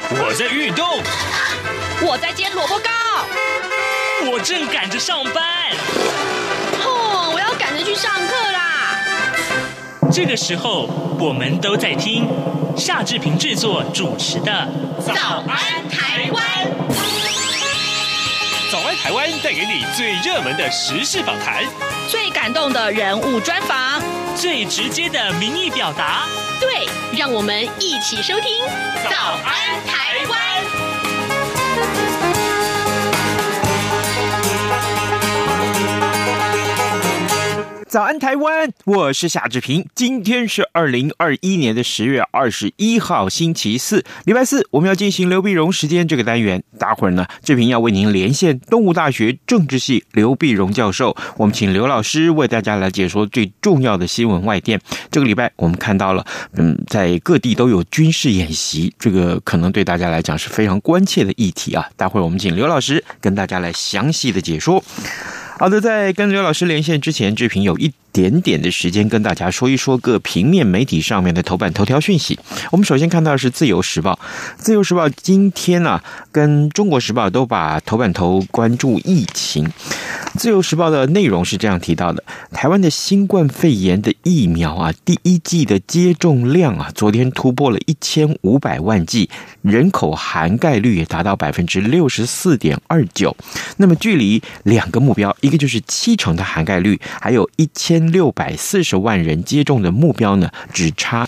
我在运动， 我在煎萝卜糕， 我正赶着上班。 我要赶着去上课啦。 这个时候，我们都在听夏志平制作主持的《 早安台湾》。 早安台湾带给你最热门的时事访谈， 最感动的人物专访， 最直接的民意表达。 对，让我们一起收听《早安台湾》。 早安台湾，我是夏志平。今天是2021年的10月21号，星期四，礼拜四，我们要进行刘必荣时间这个单元。待会儿呢，志平要为您连线东吴大学政治系刘必荣教授，我们请刘老师为大家来解说最重要的新闻外电。这个礼拜我们看到了，在各地都有军事演习，这个可能对大家来讲是非常关切的议题啊。待会儿我们请刘老师跟大家来详细的解说。好的，在跟刘老师连线之前，志平有一点点的时间跟大家说一说各平面媒体上面的头版头条讯息。我们首先看到的是自由时报。自由时报今天啊，跟中国时报都把头版头关注疫情。自由时报的内容是这样提到的：台湾的新冠肺炎的疫苗啊，第一剂的接种量啊，昨天突破了1500万剂，人口涵盖率也达到 64.29%。那么距离两个目标，一个就是70%的涵盖率，还有1640万人接种的目标呢，只差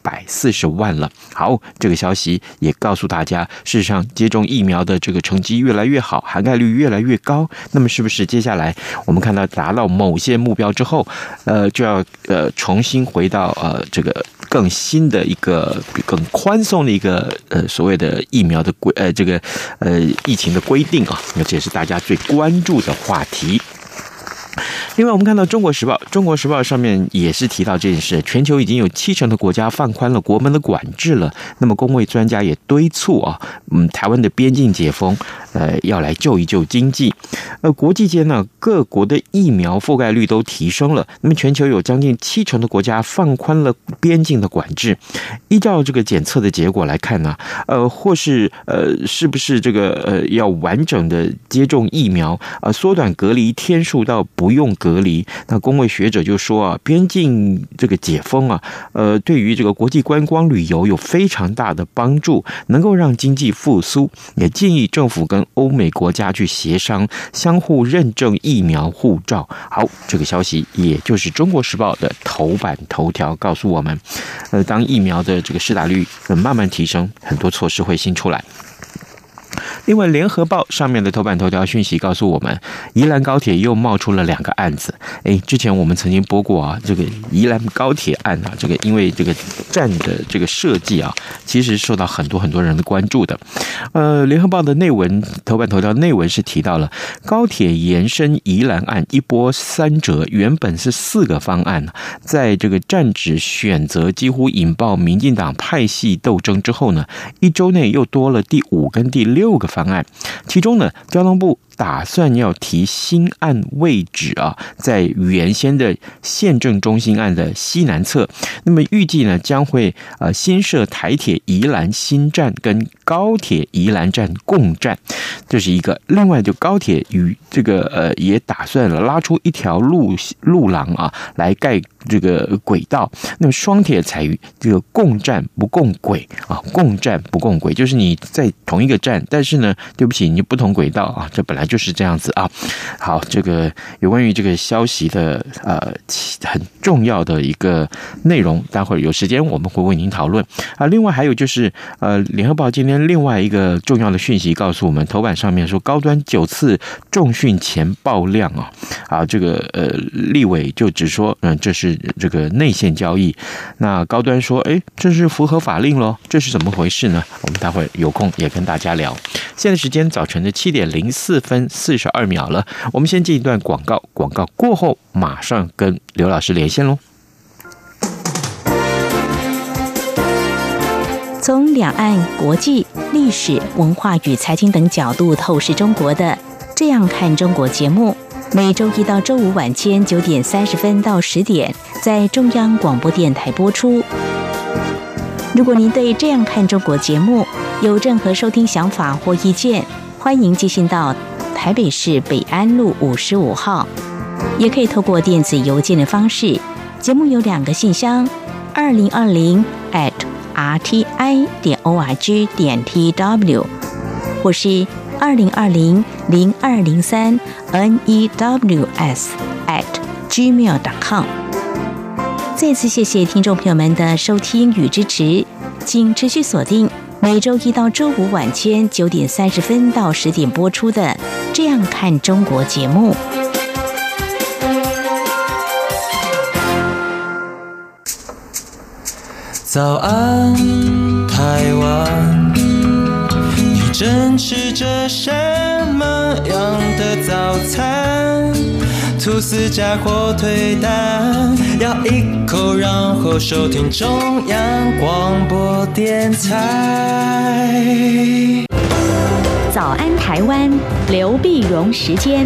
140万了。好，这个消息也告诉大家，事实上接种疫苗的这个成绩越来越好，涵盖率越来越高。那么是不是接下来我们看到达到某些目标之后，就要重新回到这个更新的一个更宽松的一个所谓的疫苗的疫情的规定啊，这也是大家最关注的话题。另外我们看到中国时报上面也是提到这件事，全球已经有70%的国家放宽了国门的管制了。那么公卫专家也敦促啊，台湾的边境解封，要来救一救经济。国际间呢，各国的疫苗覆盖率都提升了，那么全球有将近70%的国家放宽了边境的管制。依照这个检测的结果来看呢，或是是不是这个要完整的接种疫苗，缩短隔离天数到不用隔离。那公卫学者就说啊，边境这个解封啊，对于这个国际观光旅游有非常大的帮助，能够让经济复苏。也建议政府跟欧美国家去协商，相互认证疫苗护照。好，这个消息也就是中国时报的头版头条告诉我们，当疫苗的这个施打率慢慢提升，很多措施会新出来。另外联合报上面的头版头条讯息告诉我们，宜兰高铁又冒出了2个案子。之前我们曾经播过啊，这个宜兰高铁案啊，这个因为这个站的这个设计啊，其实受到很多人的关注的。联合报的内文头版头条内文是提到了高铁延伸宜兰案一波3折，原本是4个方案，在这个站址选择几乎引爆民进党派系斗争之后呢，1周内又多了第5跟第6个方案，其中呢，交通部打算要提新案位置啊，在原先的县政中心案的西南侧，那么预计呢将会新设台铁宜兰新站跟高铁宜兰站共站，这是一个。另外就高铁与这个也打算拉出一条路廊啊，来盖这个轨道。那么双铁采于这个共站不共轨啊，共站不共轨，就是你在同一个站，但是呢，对不起，你不同轨道啊，这本来就是这样子啊。好，这个有关于这个消息的很重要的一个内容，待会儿有时间我们会为您讨论啊。另外还有就是联合报今天另外一个重要的讯息告诉我们，头版上面说高端9次重训前爆量啊，这个立委就只说这是这个内线交易，那高端说这是符合法令咯，这是怎么回事呢？我们待会儿有空也跟大家聊。现在时间早晨的7点04分42秒了，我们先进一段广告，广告过后马上跟刘老师连线咯。 从两岸、国际、历史、文化与财经等角度透视中国的《这样看中国》节目，每周一到周五晚间9点30分到10点在中央广播电台播出。如果您对《这样看中国》节目有任何收听想法或意见，欢迎寄信到台北市北安路55号，也可以透过电子邮件的方式。节目有2个信箱2020@rti.org.tw 或是2020-0203-news@gmail.com。再次谢谢听众朋友们的收听与支持，请持续锁定每周一到周五晚间9点30分到10点播出的《这样看中国》节目。 早安，台湾，你正吃着什么样的早餐？吐司加火腿蛋，咬一口，然后收听中央广播电台。 早安台湾，刘碧荣时间。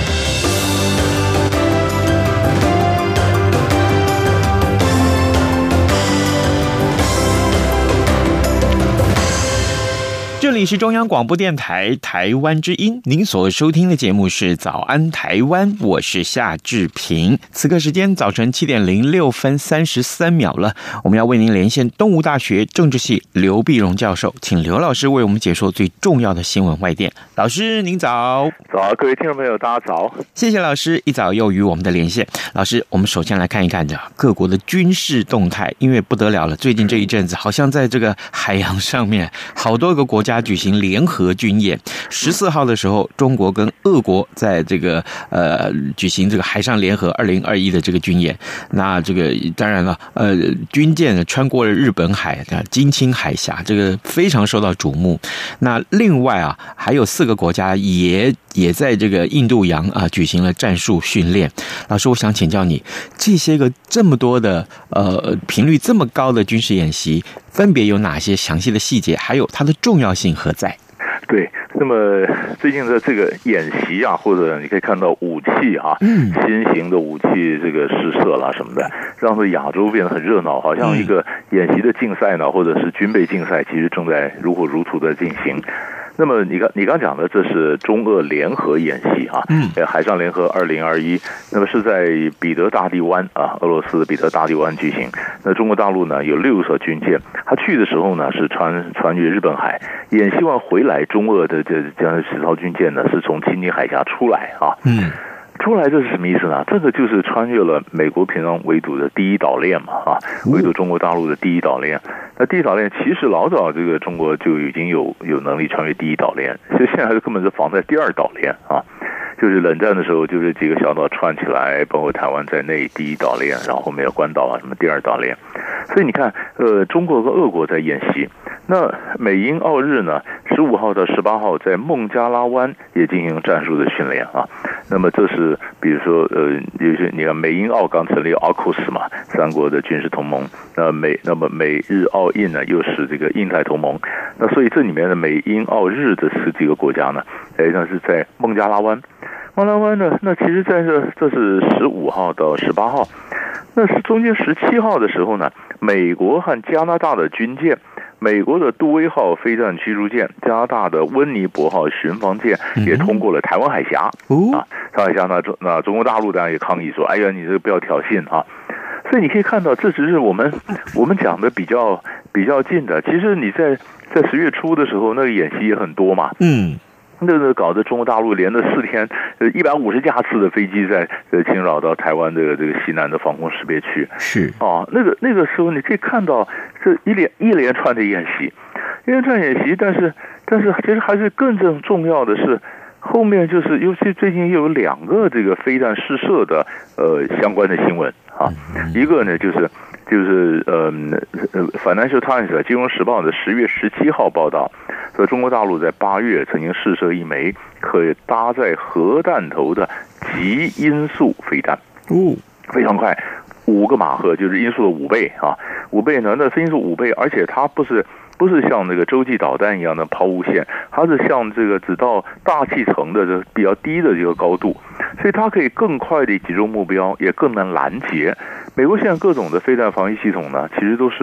这里是中央广播电台台湾之音，您所收听的节目是早安台湾，我是夏志平。此刻时间早晨7点06分33秒了，我们要为您连线东吴大学政治系刘碧荣教授，请刘老师为我们解说最重要的新闻外电。老师您早。 早，各位听众朋友大家早。 谢谢老师一早又与我们的连线。老师，我们首先来看一看各国的军事动态，因为不得了了，最近这一阵子好像在这个海洋上面好多个国家举行联合军演。14号的时候，中国跟俄国在这个举行这个海上联合2021的这个军演。那这个当然了，军舰呢穿过了日本海的金青海峡，这个非常受到瞩目。那另外啊，还有4个国家也在这个印度洋举行了战术训练。老师，我想请教你，这些个这么多的频率这么高的军事演习，分别有哪些详细的细节，还有它的重要性何在？ 对，那么最近的这个演习啊，或者你可以看到武器啊，新型的武器这个试射啦什么的，让这亚洲变得很热闹，好像一个演习的竞赛呢，或者是军备竞赛，其实正在如火如荼的进行。那么你刚讲的，这是中俄联合演习啊，海上联合2021，那么是在彼得大帝湾啊，俄罗斯的彼得大帝湾举行。那中国大陆呢有6艘军舰，他去的时候呢是穿越日本海，演习完回来，中俄的这10艘军舰呢是从青尼海峡出来啊。出来这是什么意思呢？这个就是穿越了美国平壤围堵的第一岛链嘛，围堵中国大陆的第一岛链。那第一岛链其实老早这个中国就已经有能力穿越第一岛链，所以现在根本是防在第2岛链啊。就是冷战的时候，就是几个小岛串起来，包括台湾在内，第一岛链，然后后面有关岛啊，什么第2岛链。所以你看，中国和俄国在演习。那美英澳日呢，15号到18号在孟加拉湾也进行战术的训练啊。那么这是比如说有些你看美英澳刚成立 AUKUS 嘛，3国的军事同盟。那么美日澳印呢又是这个印太同盟。那所以这里面的美英澳日的10几个国家呢，那是在孟加拉湾。孟加拉湾呢，那其实在这是15号到18号，那是中间17号的时候呢，美国和加拿大的军舰，美国的杜威号飞弹驱逐舰，加拿大的温尼伯号巡防舰也通过了台湾海峡啊。台湾海峡那中国大陆当然也抗议说，哎呀，你这个不要挑衅啊。所以你可以看到，这只是我们讲的比较近的。其实你在10月初的时候，那个演习也很多嘛。那个搞得中国大陆连着4天，150架次的飞机在侵扰到台湾这个西南的防空识别区。是啊，那个时候你可以看到这一连串的演习，但是其实还是更重要的是。后面就是，尤其最近又有2个这个飞弹试射的相关的新闻啊，一个呢就是Financial Times 金融时报的10月17号报道，说中国大陆在8月曾经试射一枚可以搭载核弹头的极音速飞弹，非常快，5个马赫，就是音速的5倍啊，5倍呢，那是音速5倍，而且它不是像那个洲际导弹一样的抛物线，它是像这个只到大气层的这比较低的这个高度，所以它可以更快的集中目标，也更能拦截。美国现在各种的飞弹防御系统呢，其实都是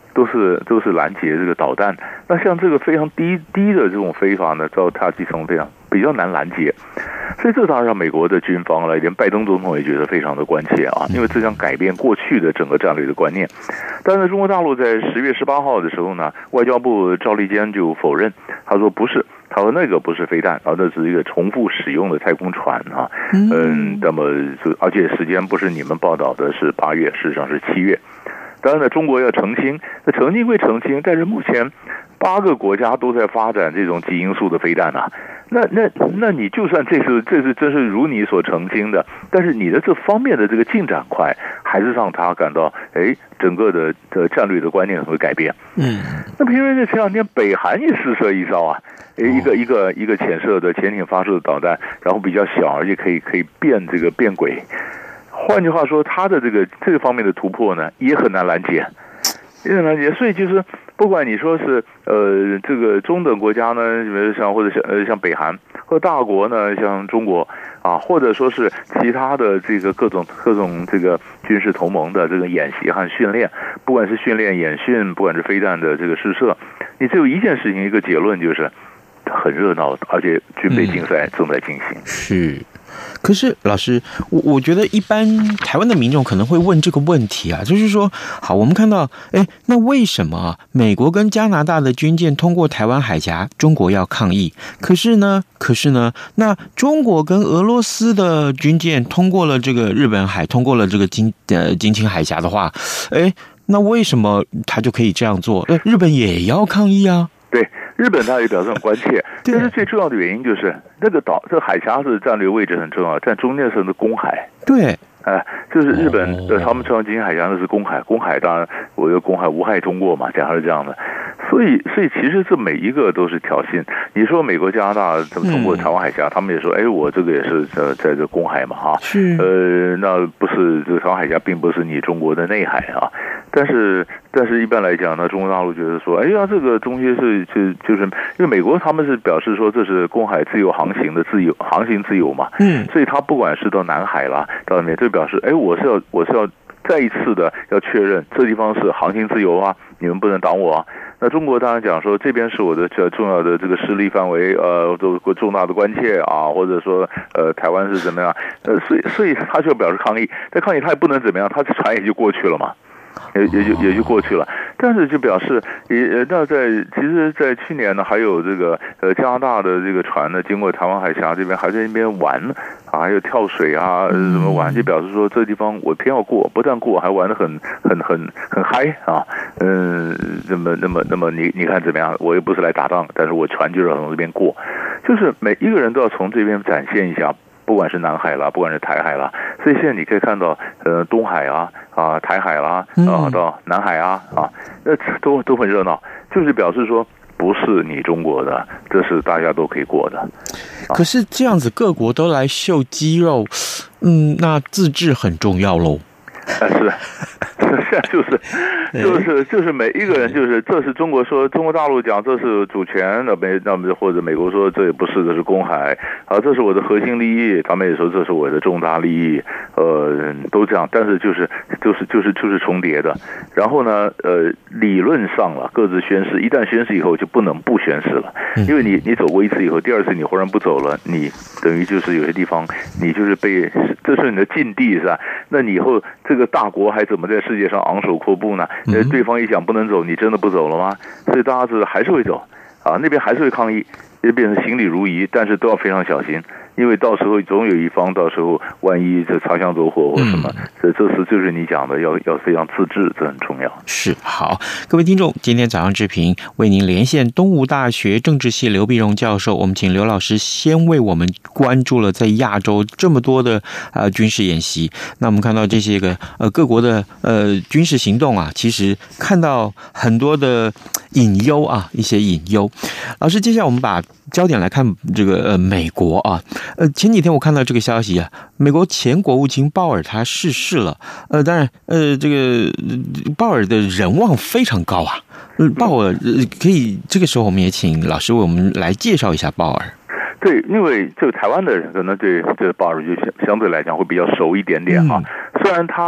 都是拦截这个导弹。那像这个非常低的这种飞法呢，照它计程比较难拦截，所以这当然让美国的军方连拜登总统也觉得非常的关切啊，因为这将改变过去的整个战略的观念。但是中国大陆在10月18号的时候呢，外交部赵立坚就否认，他说不是。他说那个不是飞弹，那是一个重复使用的太空船啊。那么而且时间不是你们报道的是8月，事实上是7月。当然呢，中国要澄清，那澄清归澄清，但是目前8个国家都在发展这种极音速的飞弹啊。那你就算这是如你所澄清的，但是你的这方面的这个进展快，还是让他感到整个的战略的观念会改变。那偏偏这前2天北韩也试射一招啊，一个潜艇发射的导弹，然后比较小，而且可以变轨。换句话说，它的这个方面的突破呢，也很难拦截，所以就是不管你说是这个中等国家呢，比如像北韩，或大国呢，像中国啊，或者说是其他的这个各种这个军事同盟的这个演习和训练，不管是训练演训，不管是飞弹的这个试射，你只有一件事情，一个结论就是很热闹，而且军备竞赛正在进行。 是。可是老师，我觉得一般台湾的民众可能会问这个问题啊，就是说，好，我们看到，那为什么美国跟加拿大的军舰通过台湾海峡，中国要抗议？可是呢，那中国跟俄罗斯的军舰通过了这个日本海，通过了这个金青海峡的话，那为什么他就可以这样做？日本也要抗议啊？ 对，日本他也表示很关切，但是最重要的原因就是这个海峡是战略位置很重要，在中间是公海。 对， 就是日本他们称金青海峡那是公海，公海当然我觉得公海无害通过嘛，假如是这样的。所以其实这每一个都是挑衅。你说美国、加拿大通过台湾海峡，他们也说，我这个也是在这公海嘛，哈，那不是这个台湾海峡并不是你中国的内海啊。但是一般来讲呢，中国大陆觉得说，这个东西就是因为美国他们是表示说这是公海自由航行的航行自由嘛，所以他不管是到南海啦，到哪边就表示，我是要再一次的要确认这地方是航行自由啊，你们不能挡我啊。那中国当然讲说这边是我的重要的这个势力范围，重大的关切啊，或者说台湾是怎么样，所以他就表示抗议，但抗议他也不能怎么样，他船也就过去了嘛。也就过去了，但是就表示那其实在去年呢，还有这个加拿大的这个船呢，经过台湾海峡这边还在那边玩啊，还有跳水啊，怎么玩，就表示说这地方我偏要过，不但过还玩得很嗨啊，那么你看怎么样？我又不是来打仗，但是我船就是要从这边过，就是每一个人都要从这边展现一下。不管是南海啦，不管是台海啦，所以现在你可以看到，东海啊，台海啦，到南海啊，那都很热闹，就是表示说不是你中国的，这是大家都可以过的。 可是这样子各国都来秀肌肉，那自治很重要喽。 是，现在就是每一个人就是这是中国大陆讲这是主权，那或者美国说这也不是，这是公海啊，这是我的核心利益，他们也说这是我的重大利益，都这样，但是就是重叠的。然后呢，理论上了各自宣誓，一旦宣誓以后就不能不宣誓了，因为你走过一次以后，第二次你忽然不走了，你等于就是有些地方你就是这是你的禁地是吧？那你以后这个大国还怎么在世界上昂首阔步呢？对方一讲不能走，你真的不走了吗？所以大家还是会走啊，那边还是会抗议，就变成行礼如仪，但是都要非常小心，因为到时候总有一方到时候万一这擦枪走火或什么，这次就是你讲的要非常自治，这很重要。 是，好，各位听众，今天早上志平为您连线东吴大学政治系刘必荣教授，我们请刘老师先为我们关注了在亚洲这么多的军事演习。那我们看到这些个各国的军事行动啊，其实看到很多的隐忧啊，一些隐忧。老师，接下来我们把焦点来看这个美国啊，前几天我看到这个消息啊，美国前国务卿鲍尔他逝世了，当然这个鲍尔的人望非常高啊，鲍尔可以这个时候我们也请老师为我们来介绍一下鲍尔。 对，因为这个台湾的人可能对这个鲍尔就相对来讲会比较熟一点点啊，虽然他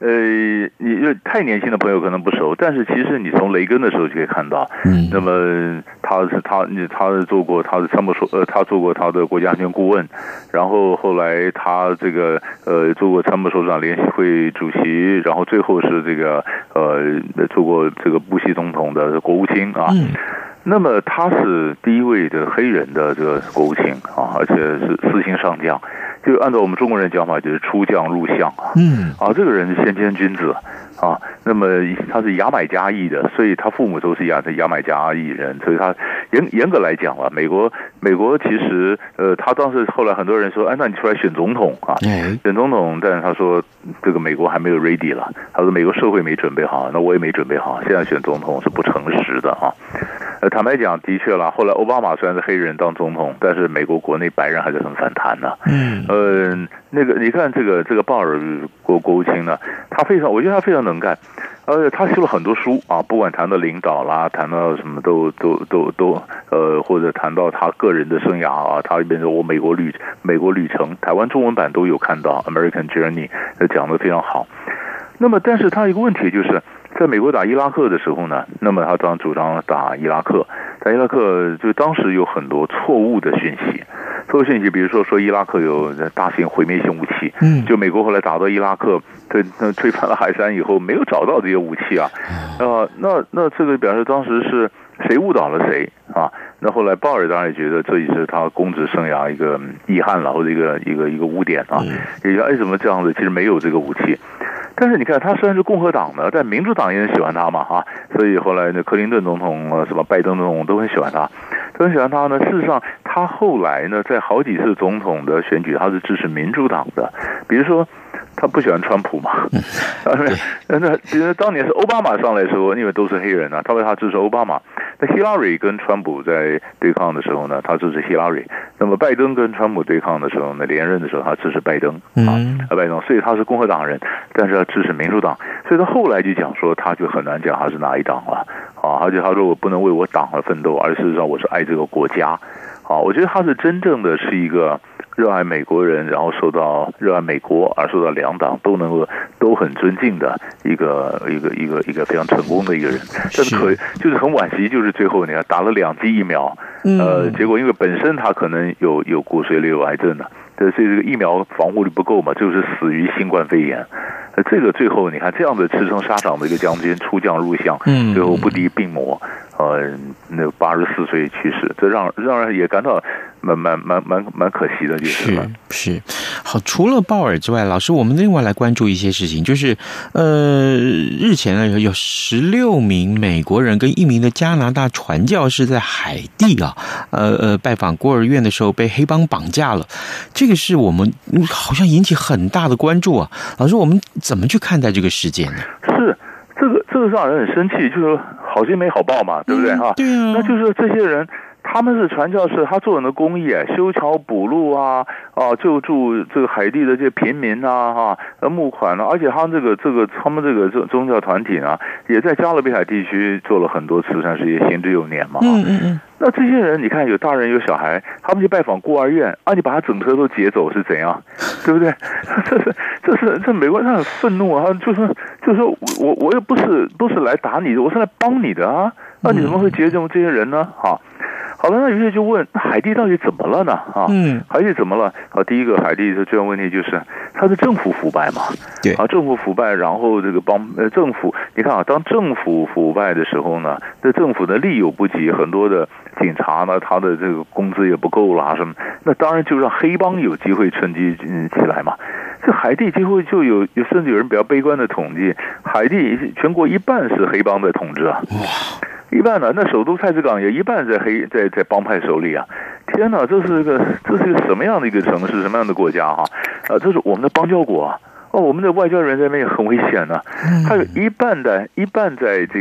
你太年轻的朋友可能不熟，但是其实你从雷根的时候就可以看到，那么他做过他的参谋他做过他的国家安全顾问，然后后来他这个做过参谋首长联席会主席，然后最后是这个做过这个布希总统的国务卿啊。那么他是第一位的黑人的这个国务卿啊，而且是4星上将。就按照我们中国人讲法，就是出将入相啊。这个人是先天君子啊。那么他是牙买加裔的，所以他父母都是牙买加裔人，所以他严格来讲了，美国其实他当时后来很多人说，那你出来选总统啊，选总统，但是他说这个美国还没有 ready 了，他说美国社会没准备好，那我也没准备好，现在选总统是不诚实的啊。坦白讲，的确啦，后来奥巴马虽然是黑人当总统，但是美国国内白人还是很反弹的。那个你看这个鲍尔国务卿呢，我觉得他非常能干，他写了很多书啊，不管谈到领导啦，谈到什么都或者谈到他个人的生涯啊，他里边的美国旅程，台湾中文版都有看到 American Journey， 讲得非常好。那么，但是他一个问题就是，在美国打伊拉克的时候呢，那么他当然主张打伊拉克，就当时有很多错误的讯息，比如说伊拉克有大型毁灭性武器，就美国后来打到伊拉克，推翻了海珊以后，没有找到这些武器啊，那这个表示当时是谁误导了谁啊？那后来鲍尔当然也觉得这也是他公职生涯一个遗憾了，或者一个污点啊，也就怎么这样子，其实没有这个武器。但是你看，他虽然是共和党的，但民主党也很喜欢他嘛，所以后来克林顿总统什么拜登总统都很喜欢他，呢。事实上，他后来呢，在好几次总统的选举，他是支持民主党的。比如说，他不喜欢川普嘛，比如当年是奥巴马上来的时候，因为都是黑人啊，他支持奥巴马。那希拉里跟川普在对抗的时候呢，他支持希拉里。那么拜登跟川普对抗的时候呢，连任的时候他支持拜登拜登，所以他是共和党人，但是他支持民主党，所以他后来就讲说，他就很难讲他是哪一党了而且他说我不能为我党而奋斗，而事实上我是爱这个国家我觉得他是真正的是一个热爱美国人，然后热爱美国而受到两党都很尊敬的一个非常成功的一个人。但是就是很惋惜，就是最后你看打了2剂疫苗，结果因为本身他可能有骨髓瘤有癌症的，所以这个疫苗防护力不够嘛，就是死于新冠肺炎。这个最后你看这样的驰骋沙场的一个将军出将入相，最后不敌病魔，那84岁去世，这让人也感到蛮可惜的，就是了。 是好。除了鲍尔之外，老师，我们另外来关注一些事情，就是日前呢有16名美国人跟1名的加拿大传教士在海地拜访孤儿院的时候被黑帮绑架了，这个是我们好像引起很大的关注啊。老师，我们怎么去看待这个事件呢？是这个让人很生气，就是好心没好报嘛，对不对对啊， 那就是这些人。他们是传教士，他做很多公益，修桥补路救助这个海地的这些贫民募款而且他们这个宗教团体也在加勒比海地区做了很多慈善事业，行之有年嘛。那这些人，你看有大人有小孩，他们去拜访孤儿院你把他整车都劫走是怎样，对不对？这美国人很愤怒就说我又不是来打你的，我是来帮你的那你怎么会劫走这些人呢？好了，那于是就问海地到底怎么了呢？海地怎么了？第一个海地的最重要问题就是它的政府腐败嘛。对政府腐败，然后这个政府，你看当政府腐败的时候呢，这政府的力有不及，很多的警察呢，他的这个工资也不够啦什么，那当然就让黑帮有机会趁机起来嘛。这海地几乎就有甚至有人比较悲观的统计，海地全国一半是黑帮在统治一半呢，那首都太子港也一半在帮派手里天哪，这是一个什么样的一个城市，什么样的国家这是我们的邦交国我们的外交人在那边也很危险还有一半在这个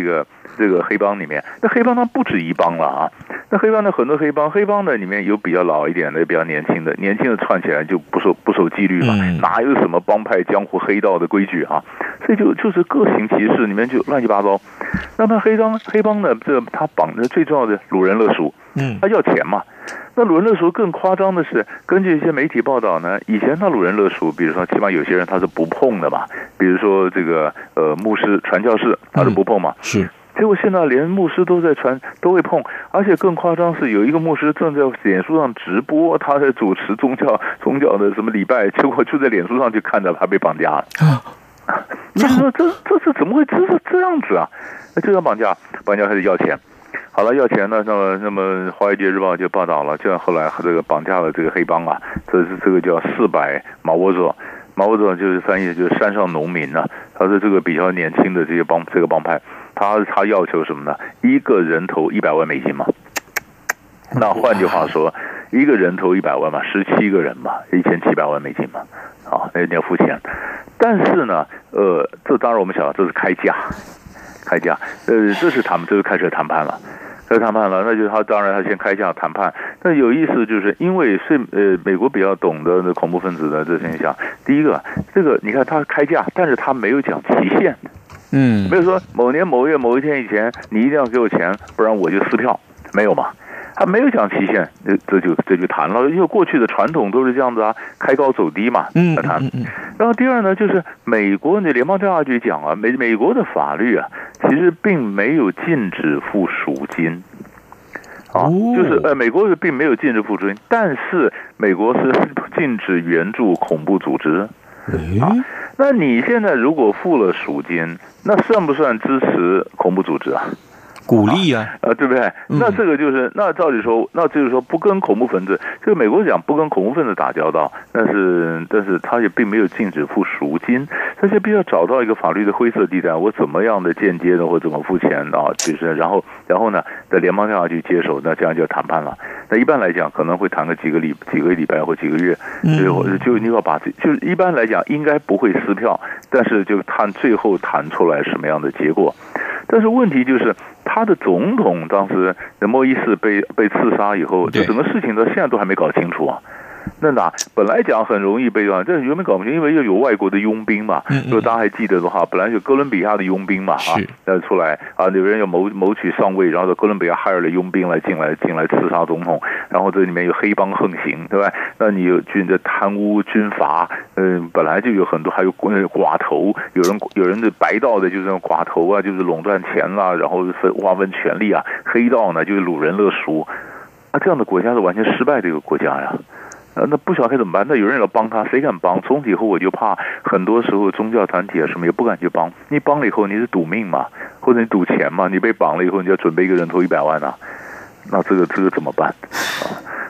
这个黑帮里面，那黑帮它不止一帮了啊。那黑帮的很多黑帮的里面有比较老一点的，比较年轻的串起来就不守纪律嘛，哪有什么帮派江湖黑道的规矩啊？所以就是各行其事，里面就乱七八糟。那么黑帮呢，他绑的最重要的掳人勒赎，他要钱嘛。那掳人勒赎更夸张的是，根据一些媒体报道呢，以前他掳人勒赎，比如说起码有些人他是不碰的嘛，比如说这个牧师传教士他是不碰嘛， 是。 结果现在连牧师都会碰，而且更夸张是有一个牧师正在脸书上直播，他在主持宗教的什么礼拜，结果就在脸书上就看到他被绑架了。你说这是怎么会这样子啊？那就要绑架开始要钱。好了，要钱呢，那么《华尔街日报》就报道了，就后来这个绑架了这个黑帮啊，这个叫400毛沃佐。毛沃佐就是翻译就是山上农民啊，他是这个比较年轻的这个帮派，他要求什么呢？一个人头$100万嘛。那换句话说，一个人头$100万嘛，17个人嘛，$1700万嘛，好，那你要付钱。但是呢，这当然我们晓得这是开价，这是开始谈判了。那就是他当然他先开价谈判。那有意思就是因为美国比较懂得恐怖分子的这现象。第一个，这个你看他开价，但是他没有讲期限，没有说某年某月某一天以前你一定要给我钱，不然我就撕票，没有嘛。他没有讲期限，这就谈了，因为过去的传统都是这样子啊，开高走低嘛，谈。然后第二呢，就是美国的联邦调查局讲啊，美国的法律啊，其实并没有禁止付赎金，就是美国并没有禁止付赎金，但是美国是禁止援助恐怖组织。那你现在如果付了赎金，那算不算支持恐怖组织啊？ 鼓励啊， 对不对？那这个就是，那照理说，那就是说不跟恐怖分子，就美国讲不跟恐怖分子打交道，但是他也并没有禁止付赎金，他就必须要找到一个法律的灰色地带，我怎么样的间接的或怎么付钱啊？就是然后呢，在联邦调查局接手，那这样就要谈判了。那一般来讲可能会谈个几个礼拜或几个月，就你要把就一般来讲应该不会撕票，但是就最后谈出来什么样的结果。但是问题就是他的总统当时莫伊士被刺杀以后，这整个事情到现在都还没搞清楚啊。那本来讲很容易被断，但是原本搞不清，因为又有外国的佣兵嘛。如果大家还记得的话，本来就哥伦比亚的佣兵嘛，出来啊，有人要谋取上位，然后在哥伦比亚害了佣兵进来刺杀总统，然后这里面有黑帮横行，对吧？那你有的贪污军阀，本来就有很多，还有寡头，有人的白道的就是寡头啊，就是垄断钱啦，然后瓜分权力啊，黑道呢就是掳人勒赎啊，这样的国家是完全失败的一个国家呀。那不晓得该怎么办？那有人要帮他，谁敢帮？从此以后我就怕，很多时候宗教团体啊什么也不敢去帮。你帮了以后你是赌命嘛，或者你赌钱嘛？你被绑了以后，你就要准备一个人头$100万啊，那这个怎么办啊？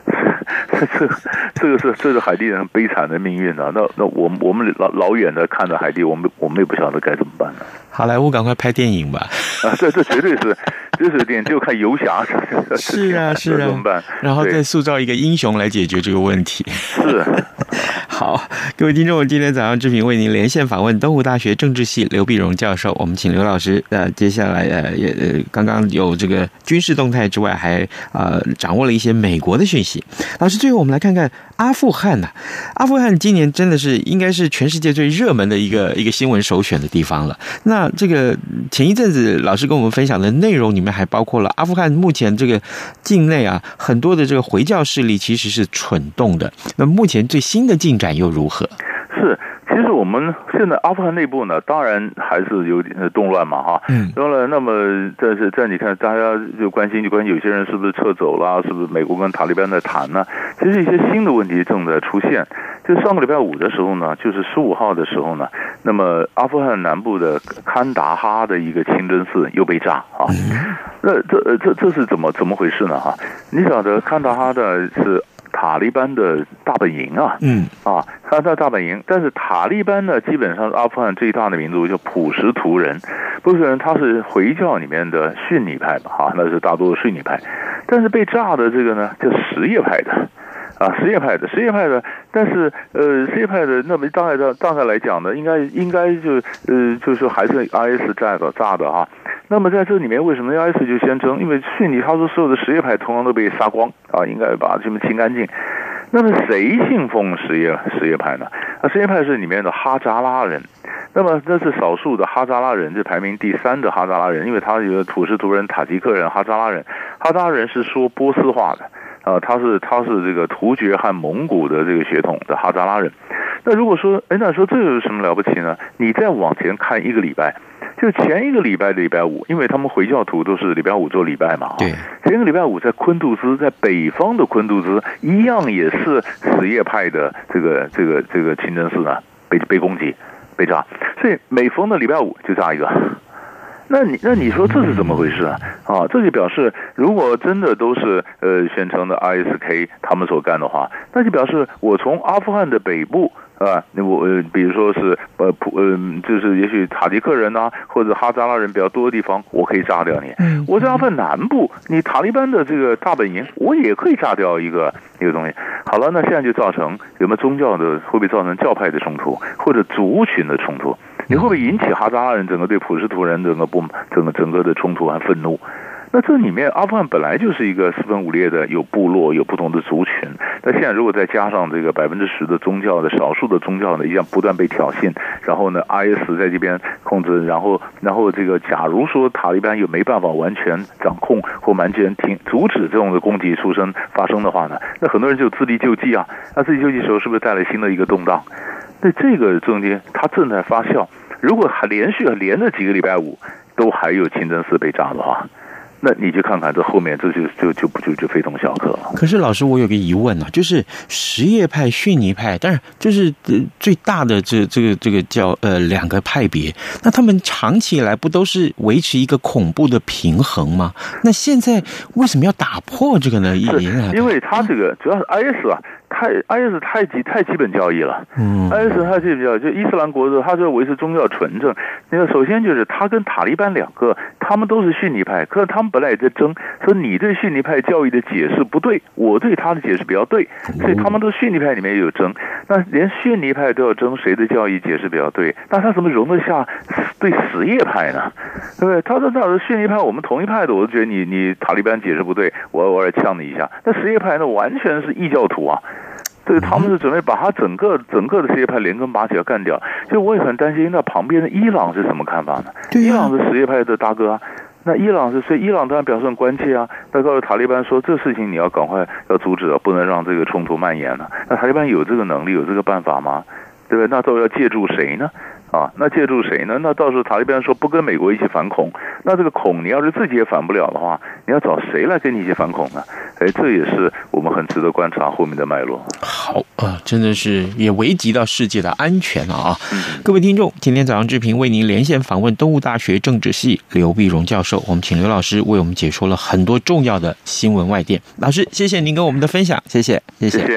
这是海地人很悲惨的命运啊！那我们老远的看着海地，我们也不晓得该怎么办呢。 好莱坞赶快拍电影吧！ 这绝对是，这是电影就看游侠。 是啊，怎么办？ 然后再塑造一个英雄来解决这个问题。 是。 好，各位听众，我今天早上志平为您连线访问东吴大学政治系刘碧荣教授。我们请刘老师，接下来也刚刚有这个军事动态之外，还掌握了一些美国的讯息。老师，最后我们来看看阿富汗呐。阿富汗今年真的是应该是全世界最热门的一个新闻首选的地方了。那这个前一阵子老师跟我们分享的内容里面还包括了阿富汗目前这个境内啊很多的这个回教势力其实是蠢动的。那目前最新的进展又如何？ 是，其实我们现在阿富汗内部呢，当然还是有点动乱嘛，哈，动乱。那么在你看，大家就关心有些人是不是撤走了，是不是美国跟塔利班在谈呢？其实一些新的问题正在出现。就上个礼拜五的时候呢，就是15号的时候呢，那么阿富汗南部的堪达哈的一个清真寺又被炸啊。那这是怎么回事呢？哈，你晓得堪达哈的是塔利班的大本营啊，他在大本营，但是塔利班呢，基本上是阿富汗最大的民族叫普什图人，普什图人他是回教里面的逊尼派嘛，那是大多数逊尼派，但是被炸的这个呢叫什叶派的。什叶派的，但是什叶派的，那么大概来讲呢，应该就是还是 IS 炸的哈。 那么在这里面，为什么 IS 就宣称？因为逊尼他说所有的什叶派通通都被杀光啊，应该把他们清干净。那么谁信奉什叶派呢？什叶派是里面的哈扎拉人。那么这是少数的哈扎拉人，这排名第3的哈扎拉人，因为他有土士图人、塔吉克人、哈扎拉人。哈扎拉人是说波斯话的，他是这个突厥和蒙古的这个血统的哈扎拉人。那如果说，那说这有什么了不起呢？你再往前看1个礼拜，就前1个礼拜的礼拜5，因为他们回教徒都是礼拜5做礼拜嘛。 对。 前1个礼拜5在昆杜兹，在北方的昆杜兹，一样也是什叶派的这个清真寺呢被攻击。被炸，所以每逢的礼拜5就炸一个。那你说这是怎么回事啊？这就表示，如果真的都是宣称的 ISK 他们所干的话，那就表示我从阿富汗的北部我比如说是就是也许塔吉克人啊，或者哈扎拉人比较多的地方，我可以炸掉你。我在阿富汗南部，你塔利班的这个大本营，我也可以炸掉一个东西。好了，那现在就造成有没有宗教的，会不会造成教派的冲突，或者族群的冲突？你会不会引起哈扎拉人整个对普什图人整个的冲突和愤怒？那这里面阿富汗本来就是一个四分五裂的，有部落，有不同的族群。那现在如果再加上这个10%的宗教的少数的宗教呢，一样不断被挑衅，然后呢 IS 在这边控制，然后这个假如说塔利班又没办法完全掌控或完全阻止这种的攻击发生的话呢，那很多人就自力救济啊。那自力救济的时候是不是带来新的一个动荡？那这个中间它正在发酵。如果还连着几个礼拜5都还有清真寺被炸的话，那你就看看这后面，这就非同小可了。 可是老师，我有个疑问啊，就是什叶派、逊尼派，当然就是最大的这个叫2个派别，那他们长期以来不都是维持一个恐怖的平衡吗？那现在为什么要打破这个呢？ 因为他这个主要是 IS 啊。IS 太基本教义了，IS 太基本教义，就伊斯兰国的，他就维持宗教纯正。那个首先就是他跟塔利班2个，他们都是逊尼派，可是他们本来也在争，说你对逊尼派教义的解释不对，我对他的解释比较对，所以他们都逊尼派里面也有争。那连逊尼派都要争谁的教义解释比较对，那他怎么容得下对什叶派呢？对不对？他说那逊尼派我们同一派的，我就觉得你塔利班解释不对，我来呛你一下。那什叶派那完全是异教徒啊。这个他们是准备把他整个的什叶派连根拔起要干掉。就我也很担心，那旁边的伊朗是什么看法呢？伊朗是什叶派的大哥啊，那伊朗所以伊朗当然表示很关切啊。那告诉塔利班说，这事情你要赶快要阻止啊，不能让这个冲突蔓延了。那塔利班有这个能力，有这个办法吗？对不对？那到底要借助谁呢？那借助谁呢？那到时候塔利班说不跟美国一起反恐，那这个恐你要是自己也反不了的话，你要找谁来跟你一起反恐呢？这也是我们很值得观察后面的脉络。 好真的是也危及到世界的安全了啊！各位听众，今天早上志平为您连线访问东吴大学政治系刘必荣教授，我们请刘老师为我们解说了很多重要的新闻外电。老师，谢谢您跟我们的分享，谢谢。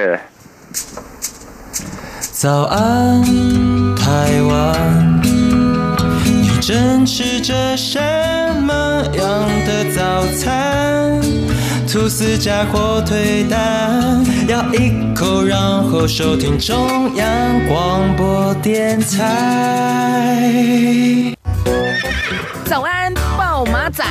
早安，台湾，你正吃着什么样的早餐？吐司加火腿蛋，咬一口，然后收听中央广播电台。 早安，暴马仔。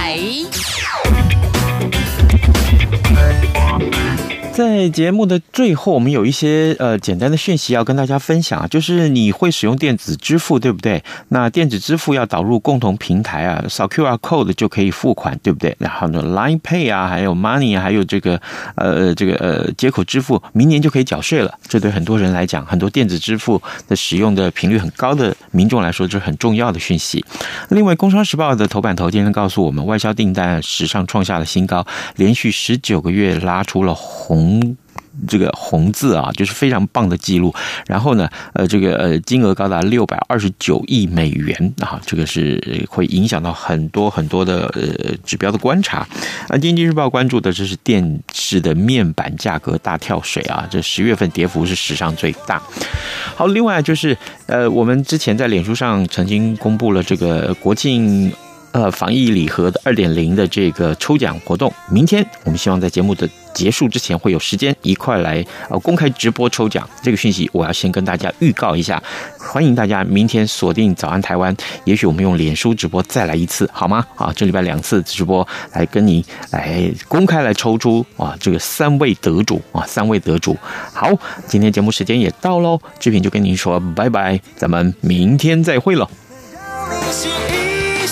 在节目的最后，我们有一些简单的讯息要跟大家分享，就是你会使用电子支付，对不对？那电子支付要导入共同平台啊，扫 QR code 就可以付款，对不对？然后呢 ，Line Pay 啊，还有 Money 啊，还有这个接口支付，明年就可以缴税了。这对很多人来讲，很多电子支付的使用的频率很高的民众来说，这是很重要的讯息。另外，《工商时报》的头版头今天告诉我们，外销订单史上创下了新高，连续19个月拉出了红字啊，就是非常棒的记录。然后呢，金额高达629亿美元啊，这个是会影响到很多很多的指标的观察。经济日报关注的这是电视的面板价格大跳水啊，这10月份跌幅是史上最大。好，另外就是我们之前在脸书上曾经公布了这个国庆防疫礼盒的2.0的这个抽奖活动，明天我们希望在节目的结束之前会有时间一块来公开直播抽奖。这个讯息我要先跟大家预告一下， 欢迎大家明天锁定早安台湾，也许我们用脸书直播再来一次，好吗？这礼拜2次直播来跟你来公开来抽出这个3位得主3位得主。好，今天节目时间也到喽，志平就跟您说拜拜，咱们明天再会了。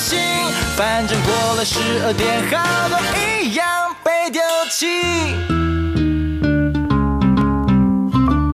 反正过了12点，好多一样被丢弃。